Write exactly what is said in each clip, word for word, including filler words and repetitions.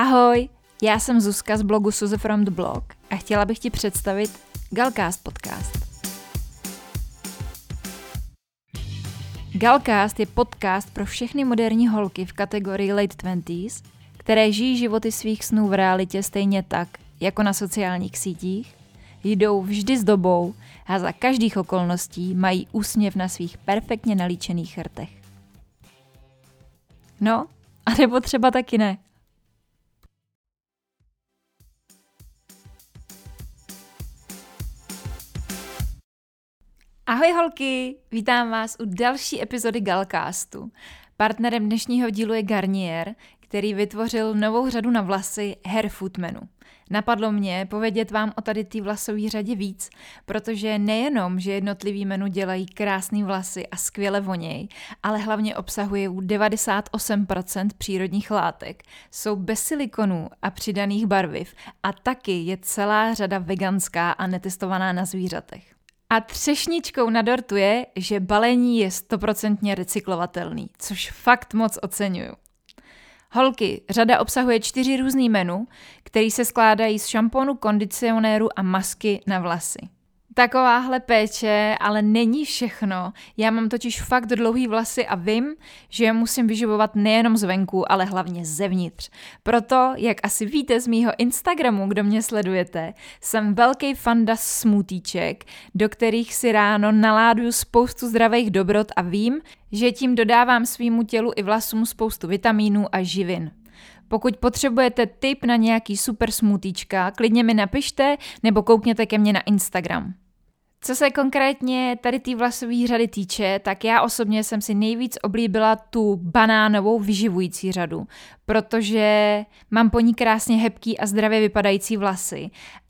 Ahoj, já jsem Zuzka z blogu Suze from the blog a chtěla bych ti představit Galcast podcast. Galcast je podcast pro všechny moderní holky v kategorii late twenties, které žijí životy svých snů v realitě stejně tak, jako na sociálních sítích, jdou vždy s dobou a za každých okolností mají úsměv na svých perfektně nalíčených rtech. No, a nebo třeba taky ne. Ahoj holky, vítám vás u další epizody Galcastu. Partnerem dnešního dílu je Garnier, který vytvořil novou řadu na vlasy Hair Food Menu. Napadlo mě povědět vám o tady té vlasové řadě víc, protože nejenom, že jednotlivý menu dělají krásný vlasy a skvěle voněj, ale hlavně obsahuje devadesát osm procent přírodních látek, jsou bez silikonů a přidaných barviv a taky je celá řada veganská a netestovaná na zvířatech. A třešničkou na dortu je, že balení je stoprocentně recyklovatelný, což fakt moc oceňuju. Holky, řada obsahuje čtyři různý menu, který se skládají z šamponu, kondicionéru a masky na vlasy. Takováhle péče ale není všechno, já mám totiž fakt dlouhý vlasy a vím, že je musím vyživovat nejenom zvenku, ale hlavně zevnitř. Proto, jak asi víte z mýho Instagramu, kdo mě sledujete, jsem velký fanda smoothíček, do kterých si ráno naláduju spoustu zdravých dobrot a vím, že tím dodávám svýmu tělu i vlasům spoustu vitamínů a živin. Pokud potřebujete tip na nějaký super smoothíčka, klidně mi napište nebo koukněte ke mně na Instagram. Co se konkrétně tady té vlasové řady týče, tak já osobně jsem si nejvíc oblíbila tu banánovou vyživující řadu, protože mám po ní krásně hebký a zdravě vypadající vlasy,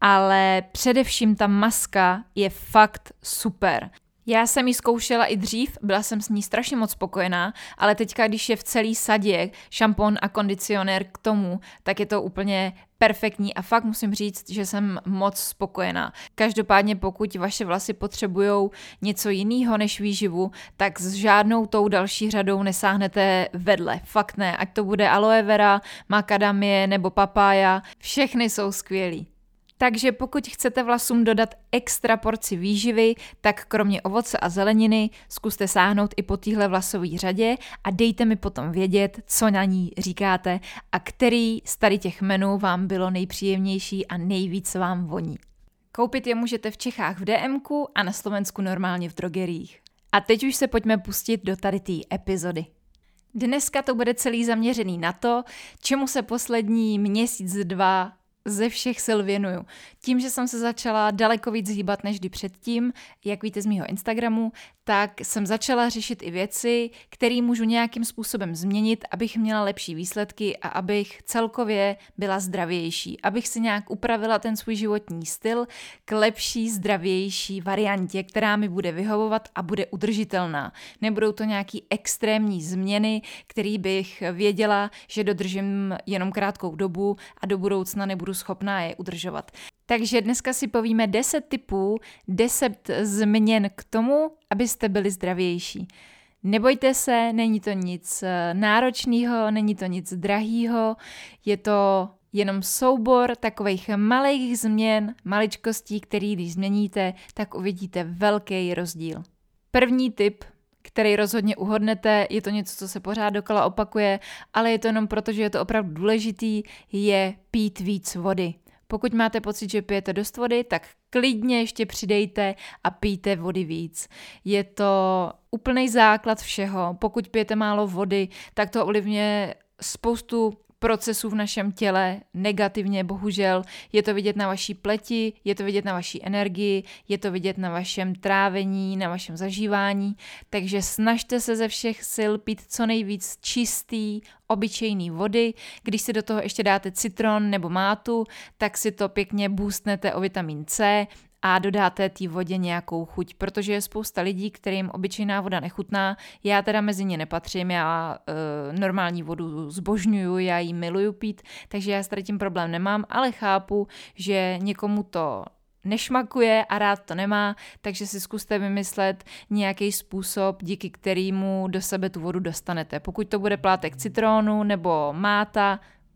ale především ta maska je fakt super. Já jsem ji zkoušela i dřív, byla jsem s ní strašně moc spokojená, ale teďka, když je v celý sadě šampon a kondicionér k tomu, tak je to úplně perfektní a fakt musím říct, že jsem moc spokojená. Každopádně pokud vaše vlasy potřebujou něco jiného než výživu, tak s žádnou tou další řadou nesáhnete vedle. Fakt ne, ať to bude aloe vera, makadamie nebo papája, všechny jsou skvělý. Takže pokud chcete vlasům dodat extra porci výživy, tak kromě ovoce a zeleniny zkuste sáhnout i po téhle vlasové řadě a dejte mi potom vědět, co na ní říkáte a který z tady těch menů vám bylo nejpříjemnější a nejvíc vám voní. Koupit je můžete v Čechách v dé emku a na Slovensku normálně v drogeriích. A teď už se pojďme pustit do tady té epizody. Dneska to bude celý zaměřený na to, čemu se poslední měsíc, dva ze všech sil věnuju. Tím, že jsem se začala daleko víc hýbat než kdy předtím, jak víte z mýho Instagramu, tak jsem začala řešit i věci, které můžu nějakým způsobem změnit, abych měla lepší výsledky a abych celkově byla zdravější. Abych si nějak upravila ten svůj životní styl k lepší, zdravější variantě, která mi bude vyhovovat a bude udržitelná. Nebudou to nějaký extrémní změny, které bych věděla, že dodržím jenom krátkou dobu a do budoucna nebudu schopná je udržovat. Takže dneska si povíme deset tipů, deset změn k tomu, abyste byli zdravější. Nebojte se, není to nic náročného, není to nic drahého, je to jenom soubor takových malých změn, maličkostí, který když změníte, tak uvidíte velký rozdíl. První tip, který rozhodně uhodnete, je to něco, co se pořád dokola opakuje, ale je to jenom proto, že je to opravdu důležitý, je pít víc vody. Pokud máte pocit, že pijete dost vody, tak klidně ještě přidejte a pijte vody víc. Je to úplný základ všeho. Pokud pijete málo vody, tak to ovlivňuje spoustu procesů v našem těle negativně, bohužel. Je to vidět na vaší pleti, je to vidět na vaší energii, je to vidět na vašem trávení, na vašem zažívání. Takže snažte se ze všech sil pít co nejvíc čistý, obyčejný vody. Když si do toho ještě dáte citron nebo mátu, tak si to pěkně boostnete o vitamin C a dodáte té vodě nějakou chuť, protože je spousta lidí, kterým obyčejná voda nechutná. Já teda mezi ně nepatřím, já e, normální vodu zbožňuju, já ji miluju pít, takže já s tady tím problém nemám, ale chápu, že někomu to nešmakuje a rád to nemá, takže si zkuste vymyslet nějaký způsob, díky kterému do sebe tu vodu dostanete. Pokud to bude plátek citrónu nebo máta,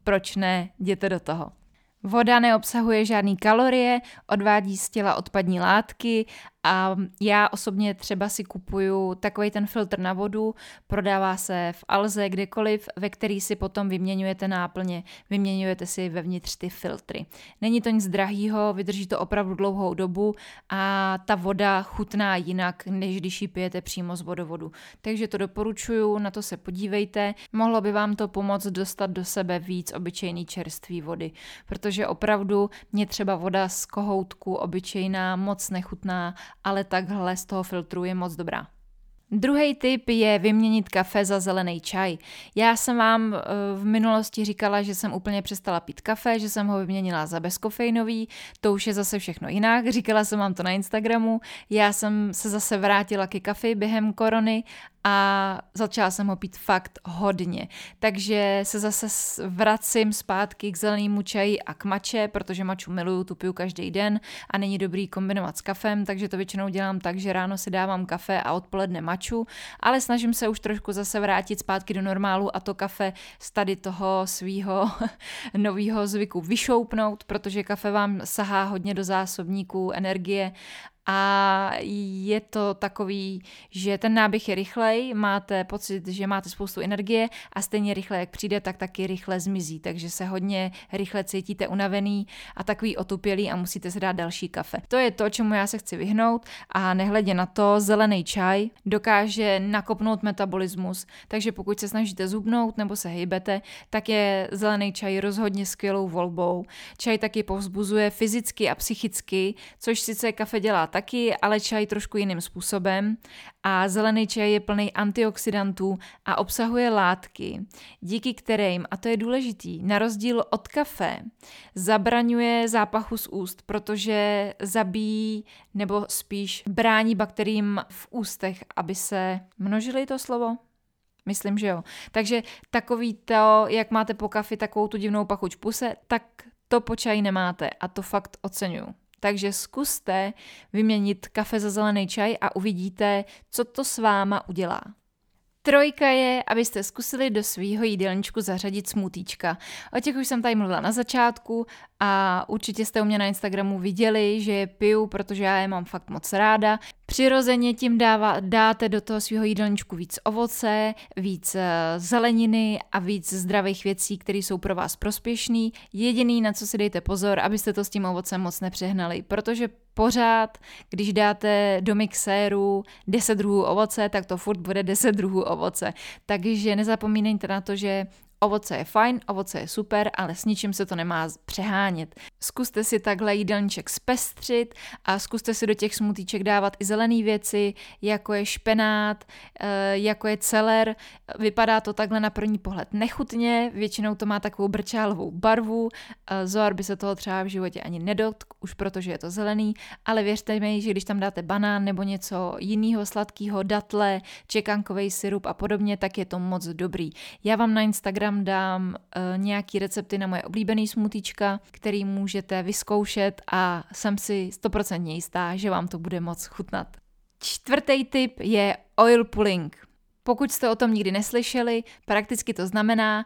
proč ne, jděte do toho. Voda neobsahuje žádný kalorie, odvádí z těla odpadní látky a já osobně třeba si kupuju takovej ten filtr na vodu, prodává se v Alze kdekoliv, ve který si potom vyměňujete náplně, vyměňujete si vevnitř ty filtry. Není to nic drahýho, vydrží to opravdu dlouhou dobu a ta voda chutná jinak, než když ji pijete přímo z vodovodu. Takže to doporučuju, na to se podívejte. Mohlo by vám to pomoct dostat do sebe víc obyčejný čerstvý vody, protože opravdu mě třeba voda z kohoutku obyčejná moc nechutná, ale takhle z toho filtru je moc dobrá. Druhý tip je vyměnit kafe za zelený čaj. Já jsem vám v minulosti říkala, že jsem úplně přestala pít kafe, že jsem ho vyměnila za bezkofeinový, to už je zase všechno jinak, říkala jsem vám to na Instagramu, já jsem se zase vrátila ke kafi během korony a začala jsem ho pít fakt hodně. Takže se zase vracím zpátky k zelenému čaji a k mače, protože maču miluju, tu piju každý den a není dobrý kombinovat s kafem, takže to většinou dělám tak, že ráno si dávám kafe a odpoledne maču, ale snažím se už trošku zase vrátit zpátky do normálu a to kafe z tady toho svýho novýho zvyku vyšoupnout, protože kafe vám sahá hodně do zásobníků energie a je to takový, že ten náběh je rychlej, máte pocit, že máte spoustu energie a stejně rychle, jak přijde, tak taky rychle zmizí, takže se hodně rychle cítíte unavený a takový otupělý a musíte si dát další kafe. To je to, čemu já se chci vyhnout a nehledě na to, zelený čaj dokáže nakopnout metabolismus, takže pokud se snažíte zhubnout nebo se hejbete, tak je zelený čaj rozhodně skvělou volbou. Čaj taky povzbuzuje fyzicky a psychicky, což sice kafe dělá taky, ale čaj trošku jiným způsobem a zelený čaj je plný antioxidantů a obsahuje látky, díky kterým, a to je důležitý, na rozdíl od kafe, zabraňuje zápachu z úst, protože zabíjí nebo spíš brání bakteriím v ústech, aby se množily, to slovo? Myslím, že jo. Takže takový to, jak máte po kafi takovou tu divnou pachuť v puse, tak to po čaji nemáte a to fakt oceňuju. Takže zkuste vyměnit kafe za zelený čaj a uvidíte, co to s váma udělá. Trojka je, abyste zkusili do svýho jídelníčku zařadit smutíčka. O těch už jsem tady mluvila na začátku a určitě jste u mě na Instagramu viděli, že je piju, protože já je mám fakt moc ráda. Přirozeně tím dává, dáte do toho svého jídelníčku víc ovoce, víc zeleniny a víc zdravých věcí, které jsou pro vás prospěšný. Jediný, na co si dejte pozor, abyste to s tím ovocem moc nepřehnali, protože pořád, když dáte do mixéru deset druhů ovoce, tak to furt bude deset druhů ovoce. Takže nezapomínejte na to, že ovoce je fajn, ovoce je super, ale s ničím se to nemá přehánět. Zkuste si takhle jídelníček zpestřit a zkuste si do těch smutíček dávat i zelené věci, jako je špenát, jako je celer. Vypadá to takhle na první pohled nechutně, většinou to má takovou brčálovou barvu. Zoar by se toho třeba v životě ani nedotk, už protože je to zelený, ale věřte mi, že když tam dáte banán nebo něco jiného sladkého, datle, čekankový syrup a podobně, tak je to moc dobrý. Já vám na Instagram dám uh, nějaký recepty na moje oblíbený smutíčka, který můžete vyzkoušet a jsem si sto procent jistá, že vám to bude moc chutnat. Čtvrtý tip je oil pulling. Pokud jste o tom nikdy neslyšeli, prakticky to znamená,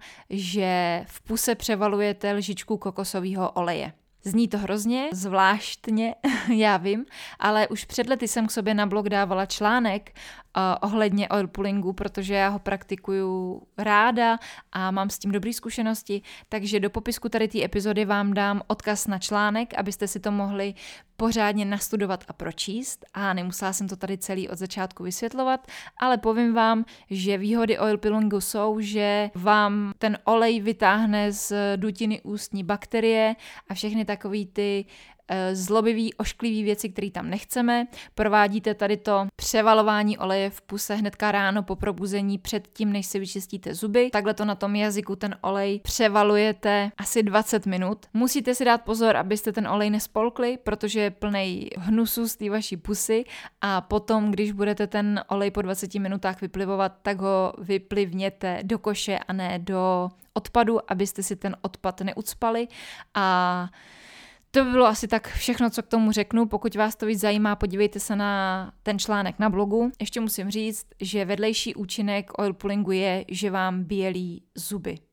že v puse převalujete lžičku kokosového oleje. Zní to hrozně, zvláštně, já vím, ale už před lety jsem k sobě na blog dávala článek uh, ohledně oil pullingu, protože já ho praktikuju ráda a mám s tím dobré zkušenosti, takže do popisku tady té epizody vám dám odkaz na článek, abyste si to mohli pořádně nastudovat a pročíst a nemusela jsem to tady celý od začátku vysvětlovat, ale povím vám, že výhody oil pullingu jsou, že vám ten olej vytáhne z dutiny ústní bakterie a všechny takový ty zlobivý, ošklivý věci, které tam nechceme. Provádíte tady to převalování oleje v puse hnedka ráno po probuzení předtím, než si vyčistíte zuby. Takhle to na tom jazyku ten olej převalujete asi dvacet minut. Musíte si dát pozor, abyste ten olej nespolkli, protože je plnej hnusu z té vaší pusy a potom, když budete ten olej po dvaceti minutách vyplivovat, tak ho vyplivněte do koše a ne do odpadu, abyste si ten odpad neucpali a to by bylo asi tak všechno, co k tomu řeknu. Pokud vás to víc zajímá, podívejte se na ten článek na blogu. Ještě musím říct, že vedlejší účinek oil pullingu je, že vám bělí zuby.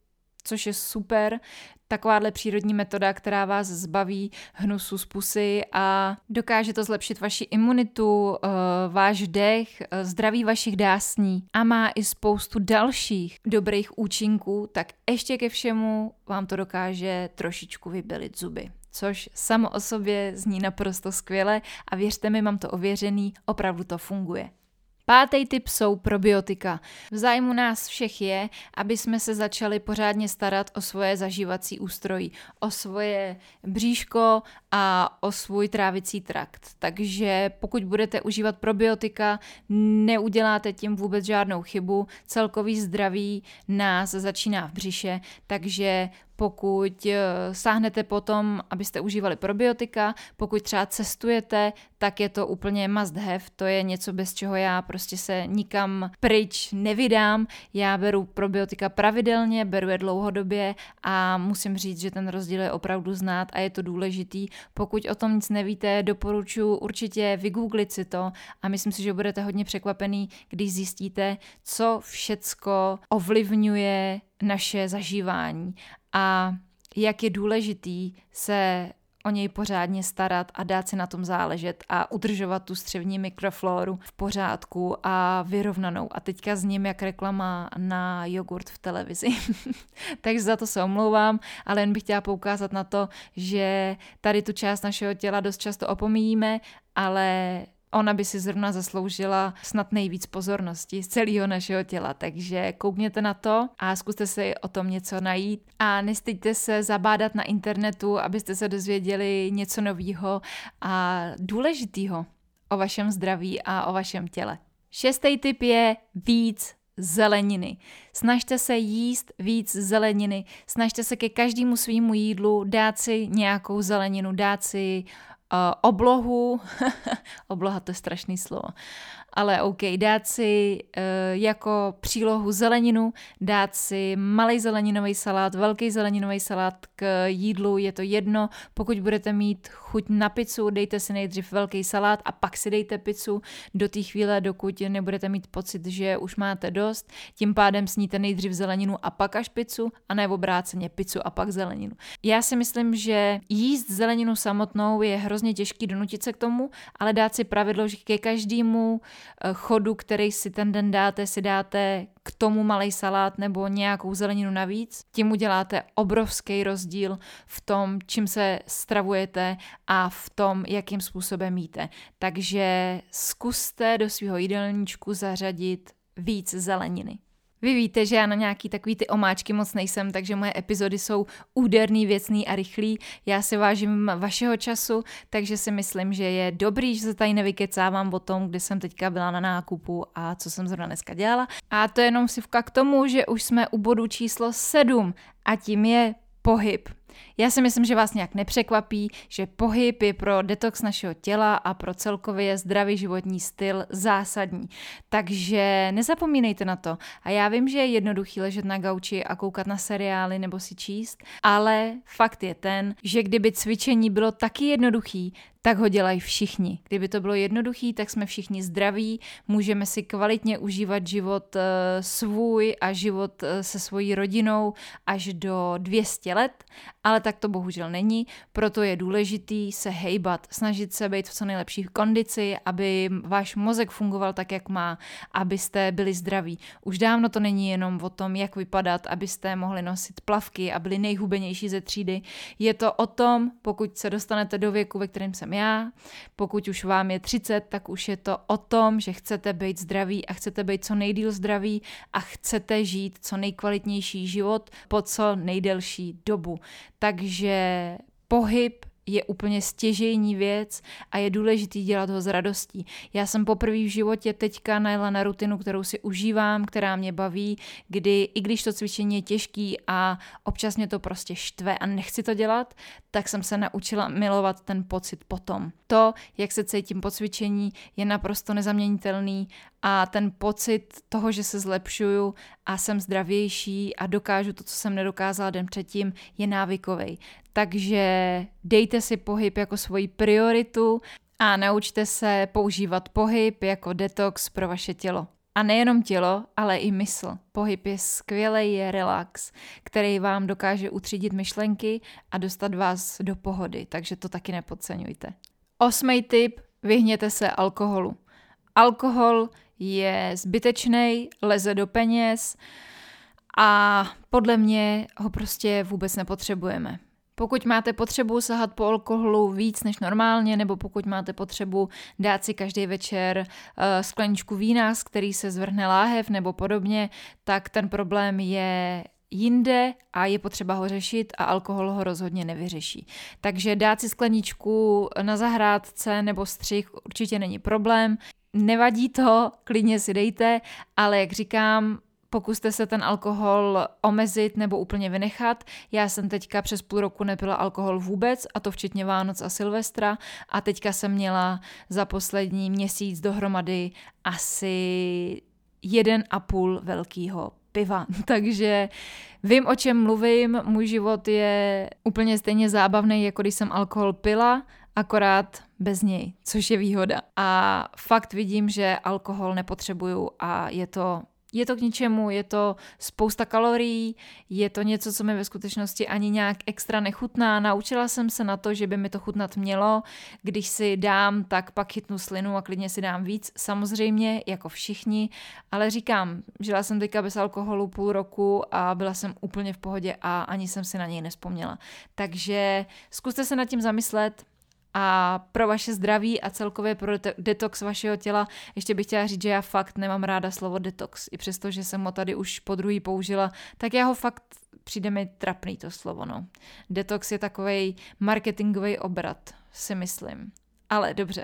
což je super. Takováhle přírodní metoda, která vás zbaví hnusu z pusy a dokáže to zlepšit vaši imunitu, váš dech, zdraví vašich dásní a má i spoustu dalších dobrých účinků, tak ještě ke všemu vám to dokáže trošičku vybelit zuby. Což samo o sobě zní naprosto skvěle a věřte mi, mám to ověřený, opravdu to funguje. Pátý tip jsou probiotika. V zájmu nás všech je, aby jsme se začali pořádně starat o svoje zažívací ústrojí, o svoje bříško a o svůj trávicí trakt. Takže pokud budete užívat probiotika, neuděláte tím vůbec žádnou chybu. Celkový zdraví nás začíná v břiše, takže pokud sáhnete potom, abyste užívali probiotika, pokud třeba cestujete, tak je to úplně must have, to je něco, bez čeho já prostě se nikam pryč nevydám. Já beru probiotika pravidelně, beru je dlouhodobě a musím říct, že ten rozdíl je opravdu znát a je to důležitý. Pokud o tom nic nevíte, doporučuji určitě vygooglit si to a myslím si, že budete hodně překvapený, když zjistíte, co všecko ovlivňuje naše zažívání a jak je důležitý se o něj pořádně starat a dát si na tom záležet a udržovat tu střevní mikroflóru v pořádku a vyrovnanou. A teďka zním jak reklama na jogurt v televizi. Takže za to se omlouvám, ale jen bych chtěla poukázat na to, že tady tu část našeho těla dost často opomíjíme, ale ona by si zrovna zasloužila snad nejvíc pozornosti z celého našeho těla, takže koukněte na to a zkuste si o tom něco najít a nestyďte se zabádat na internetu, abyste se dozvěděli něco nového a důležitého o vašem zdraví a o vašem těle. Šestý tip je víc zeleniny. Snažte se jíst víc zeleniny, snažte se ke každému svýmu jídlu dát si nějakou zeleninu, dát si Uh, oblohu, obloha to je strašný slovo, ale OK, dát si uh, jako přílohu zeleninu, dát si malý zeleninový salát, velký zeleninový salát k jídlu, je to jedno, pokud budete mít chuť na pizzu, dejte si nejdřív velký salát a pak si dejte pizzu do té chvíle, dokud nebudete mít pocit, že už máte dost, tím pádem sníte nejdřív zeleninu a pak až pizzu, a ne obráceně pizzu a pak zeleninu. Já si myslím, že jíst zeleninu samotnou je hrozně těžký donutit se k tomu, ale dát si pravidlo, že ke každému chodu, který si ten den dáte, si dáte k tomu malej salát nebo nějakou zeleninu navíc. Tím uděláte obrovský rozdíl v tom, čím se stravujete a v tom, jakým způsobem jíte. Takže zkuste do svého jídelníčku zařadit víc zeleniny. Vy víte, že já na nějaký takový ty omáčky moc nejsem, takže moje epizody jsou úderný, věcný a rychlý. Já si vážím vašeho času, takže si myslím, že je dobrý, že se tady nevykecávám o tom, kdy jsem teďka byla na nákupu a co jsem zrovna dneska dělala. A to je jenom vsuvka k tomu, že už jsme u bodu číslo sedm a tím je pohyb. Já si myslím, že vás nějak nepřekvapí, že pohyb je pro detox našeho těla a pro celkově zdravý životní styl zásadní. Takže nezapomínejte na to. A já vím, že je jednoduchý ležet na gauči a koukat na seriály nebo si číst, ale fakt je ten, že kdyby cvičení bylo taky jednoduchý, tak ho dělají všichni. Kdyby to bylo jednoduchý, tak jsme všichni zdraví, můžeme si kvalitně užívat život e, svůj a život e, se svojí rodinou až do dvě stě let, ale tak to bohužel není, proto je důležitý se hejbat, snažit se být v co nejlepší kondici, aby váš mozek fungoval tak, jak má, abyste byli zdraví. Už dávno to není jenom o tom, jak vypadat, abyste mohli nosit plavky a byli nejhubenější ze třídy. Je to o tom, pokud se dostanete do věku, ve kterém jsem já, pokud už vám je třicet, tak už je to o tom, že chcete být zdraví a chcete být co nejdýl zdraví a chcete žít co nejkvalitnější život po co nejdelší dobu. Takže pohyb je úplně stěžejní věc a je důležitý dělat ho s radostí. Já jsem poprvé v životě teďka najela na rutinu, kterou si užívám, která mě baví, kdy i když to cvičení je těžký a občas mě to prostě štve a nechci to dělat, tak jsem se naučila milovat ten pocit potom. To, jak se cítím po cvičení, je naprosto nezaměnitelný a ten pocit toho, že se zlepšuju a jsem zdravější a dokážu to, co jsem nedokázala den předtím, je návykovej. Takže dejte si pohyb jako svoji prioritu a naučte se používat pohyb jako detox pro vaše tělo. A nejenom tělo, ale i mysl. Pohyb je skvělý relax, který vám dokáže utřídit myšlenky a dostat vás do pohody, takže to taky nepodceňujte. Osmý tip, vyhněte se alkoholu. Alkohol je zbytečný, leze do peněz a podle mě ho prostě vůbec nepotřebujeme. Pokud máte potřebu sahat po alkoholu víc než normálně, nebo pokud máte potřebu dát si každý večer uh, skleničku vína, z který se zvrhne láhev nebo podobně, tak ten problém je jinde a je potřeba ho řešit a alkohol ho rozhodně nevyřeší. Takže dát si skleničku na zahrádce nebo střih určitě není problém. Nevadí to, klidně si dejte, ale jak říkám, pokuste se ten alkohol omezit nebo úplně vynechat. Já jsem teďka přes půl roku nepila alkohol vůbec, a to včetně Vánoc a Silvestra, a teďka jsem měla za poslední měsíc dohromady asi jeden a půl velkýho piva. Takže vím, o čem mluvím, můj život je úplně stejně zábavný, jako když jsem alkohol pila, akorát bez něj, což je výhoda. A fakt vidím, že alkohol nepotřebuju a je to Je to k ničemu, je to spousta kalorií, je to něco, co mi ve skutečnosti ani nějak extra nechutná. Naučila jsem se na to, že by mi to chutnat mělo. Když si dám, tak pak chytnu slinu a klidně si dám víc, samozřejmě, jako všichni. Ale říkám, žila jsem teďka bez alkoholu půl roku a byla jsem úplně v pohodě a ani jsem si na něj nespomněla. Takže zkuste se nad tím zamyslet. A pro vaše zdraví a celkově pro detox vašeho těla ještě bych chtěla říct, že já fakt nemám ráda slovo detox. I přesto, že jsem ho tady už po druhý použila, tak já ho fakt přijde mi trapný to slovo. No. Detox je takovej marketingový obrat, si myslím. Ale dobře,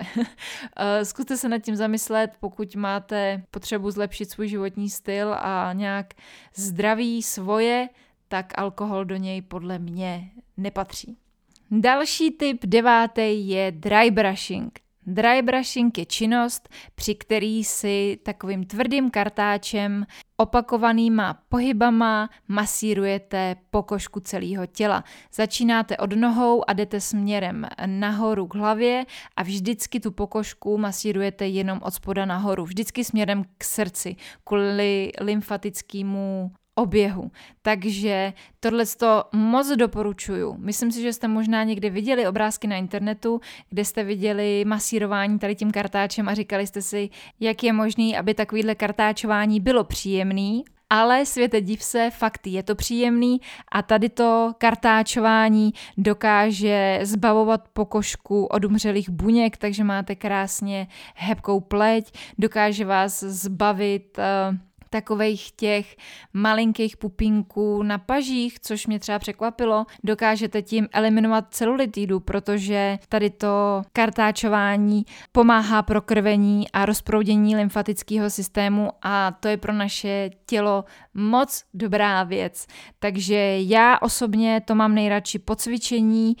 zkuste se nad tím zamyslet, pokud máte potřebu zlepšit svůj životní styl a nějak zdraví svoje, tak alkohol do něj podle mě nepatří. Další tip, devátý, je dry brushing. Dry brushing je činnost, při který si takovým tvrdým kartáčem, opakovanýma pohybama masírujete pokožku celého těla. Začínáte od nohou a jdete směrem nahoru k hlavě a vždycky tu pokožku masírujete jenom od spoda nahoru. Vždycky směrem k srdci, kvůli lymfatickému oběhu. Takže tohleto moc doporučuju. Myslím si, že jste možná někdy viděli obrázky na internetu, kde jste viděli masírování tady tím kartáčem a říkali jste si, jak je možný, aby takovýhle kartáčování bylo příjemný, ale světe div se, fakt je to příjemný a tady to kartáčování dokáže zbavovat pokožku od umřelých buněk, takže máte krásně hebkou pleť, dokáže vás zbavit uh, takových těch malinkých pupínků na pažích, což mě třeba překvapilo. Dokážete tím eliminovat celulitidu, protože tady to kartáčování pomáhá prokrvení a rozproudění lymfatického systému a to je pro naše tělo moc dobrá věc. Takže já osobně to mám nejradši po cvičení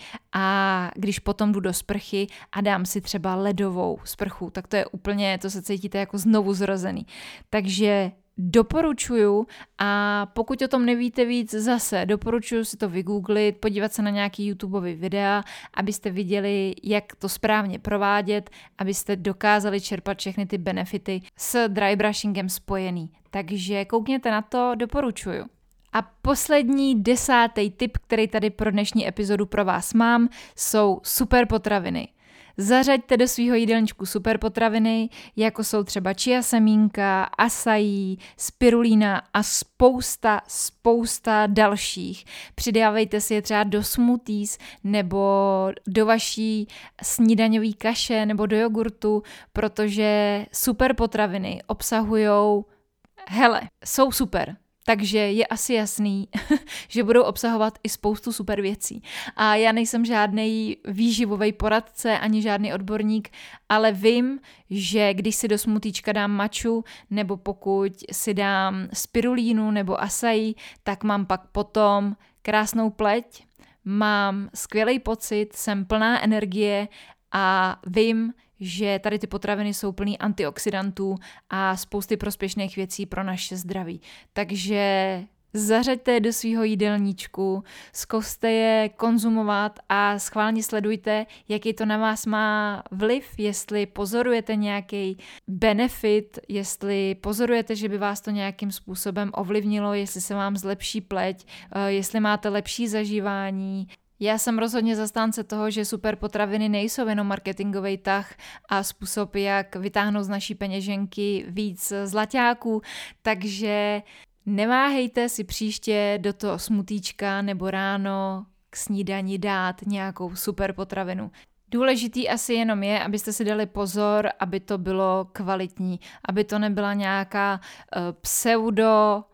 a když potom jdu do sprchy a dám si třeba ledovou sprchu, tak to je úplně, to se cítíte jako znovu zrozený. Takže doporučuju a pokud o tom nevíte víc, zase doporučuju si to vygooglit, podívat se na nějaký YouTubeový videa, abyste viděli, jak to správně provádět, abyste dokázali čerpat všechny ty benefity s dry brushingem spojený. Takže koukněte na to, doporučuju. A poslední desátý tip, který tady pro dnešní epizodu pro vás mám, jsou super potraviny. Zařaďte do svýho jídelníčku super potraviny, jako jsou třeba chia semínka, açaí, spirulína a spousta, spousta dalších. Přidávejte si je třeba do smoothies nebo do vaší snídaňové kaše nebo do jogurtu, protože super potraviny obsahujou, hele, jsou super. Takže je asi jasný, že budou obsahovat i spoustu super věcí. A já nejsem žádný výživový poradce ani žádný odborník, ale vím, že když si do smutíčka dám matchu, nebo pokud si dám spirulínu nebo açaí, tak mám pak potom krásnou pleť, mám skvělý pocit, jsem plná energie a vím, že tady ty potraviny jsou plný antioxidantů a spousty prospěšných věcí pro naše zdraví. Takže Zařaďte je do svého jídelníčku, zkuste je konzumovat a schválně sledujte, jaký to na vás má vliv, jestli pozorujete nějaký benefit, jestli pozorujete, že by vás to nějakým způsobem ovlivnilo, jestli se vám zlepší pleť, jestli máte lepší zažívání. Já jsem rozhodně zastánce toho, že super potraviny nejsou jenom marketingový tah a způsob, jak vytáhnout z naší peněženky víc zlaťáků, takže neváhejte si příště do toho smutíčka nebo ráno k snídani dát nějakou super potravinu. Důležitý asi jenom je, abyste si dali pozor, aby to bylo kvalitní, aby to nebyla nějaká uh, pseudo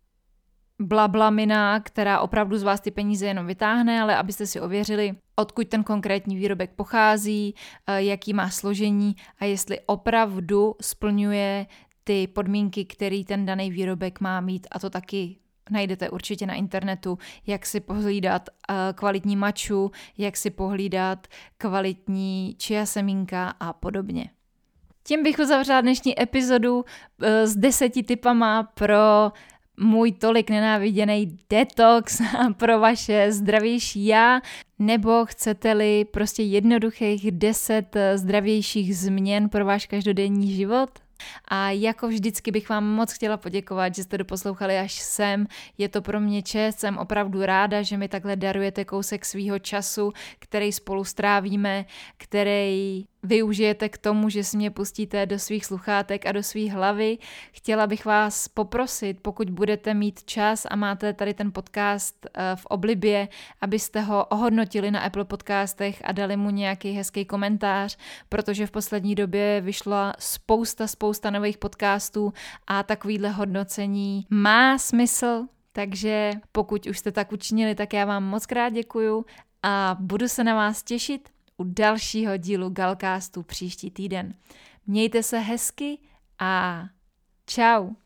blablamina, která opravdu z vás ty peníze jenom vytáhne, ale abyste si ověřili, odkud ten konkrétní výrobek pochází, uh, jaký má složení a jestli opravdu splňuje ty podmínky, který ten daný výrobek má mít, a to taky najdete určitě na internetu, jak si pohlídat uh, kvalitní maču, jak si pohlídat kvalitní chia semínka a podobně. Tím bych uzavřela dnešní epizodu uh, s deseti tipama pro můj tolik nenáviděný detox a pro vaše zdravější já, nebo chcete-li prostě jednoduchých deset zdravějších změn pro váš každodenní život. A jako vždycky bych vám moc chtěla poděkovat, že jste doposlouchali až sem. Je to pro mě čest, jsem opravdu ráda, že mi takhle darujete kousek svýho času, který spolu strávíme, který využijete k tomu, že si mě pustíte do svých sluchátek a do svých hlavy. Chtěla bych vás poprosit, pokud budete mít čas a máte tady ten podcast v oblibě, abyste ho ohodnotili na Apple podcastech a dali mu nějaký hezký komentář, protože v poslední době vyšla spousta, spousta nových podcastů a takovýhle hodnocení má smysl, takže pokud už jste tak učinili, tak já vám moc krát děkuju a budu se na vás těšit u dalšího dílu Galcastu příští týden. Mějte se hezky a čau.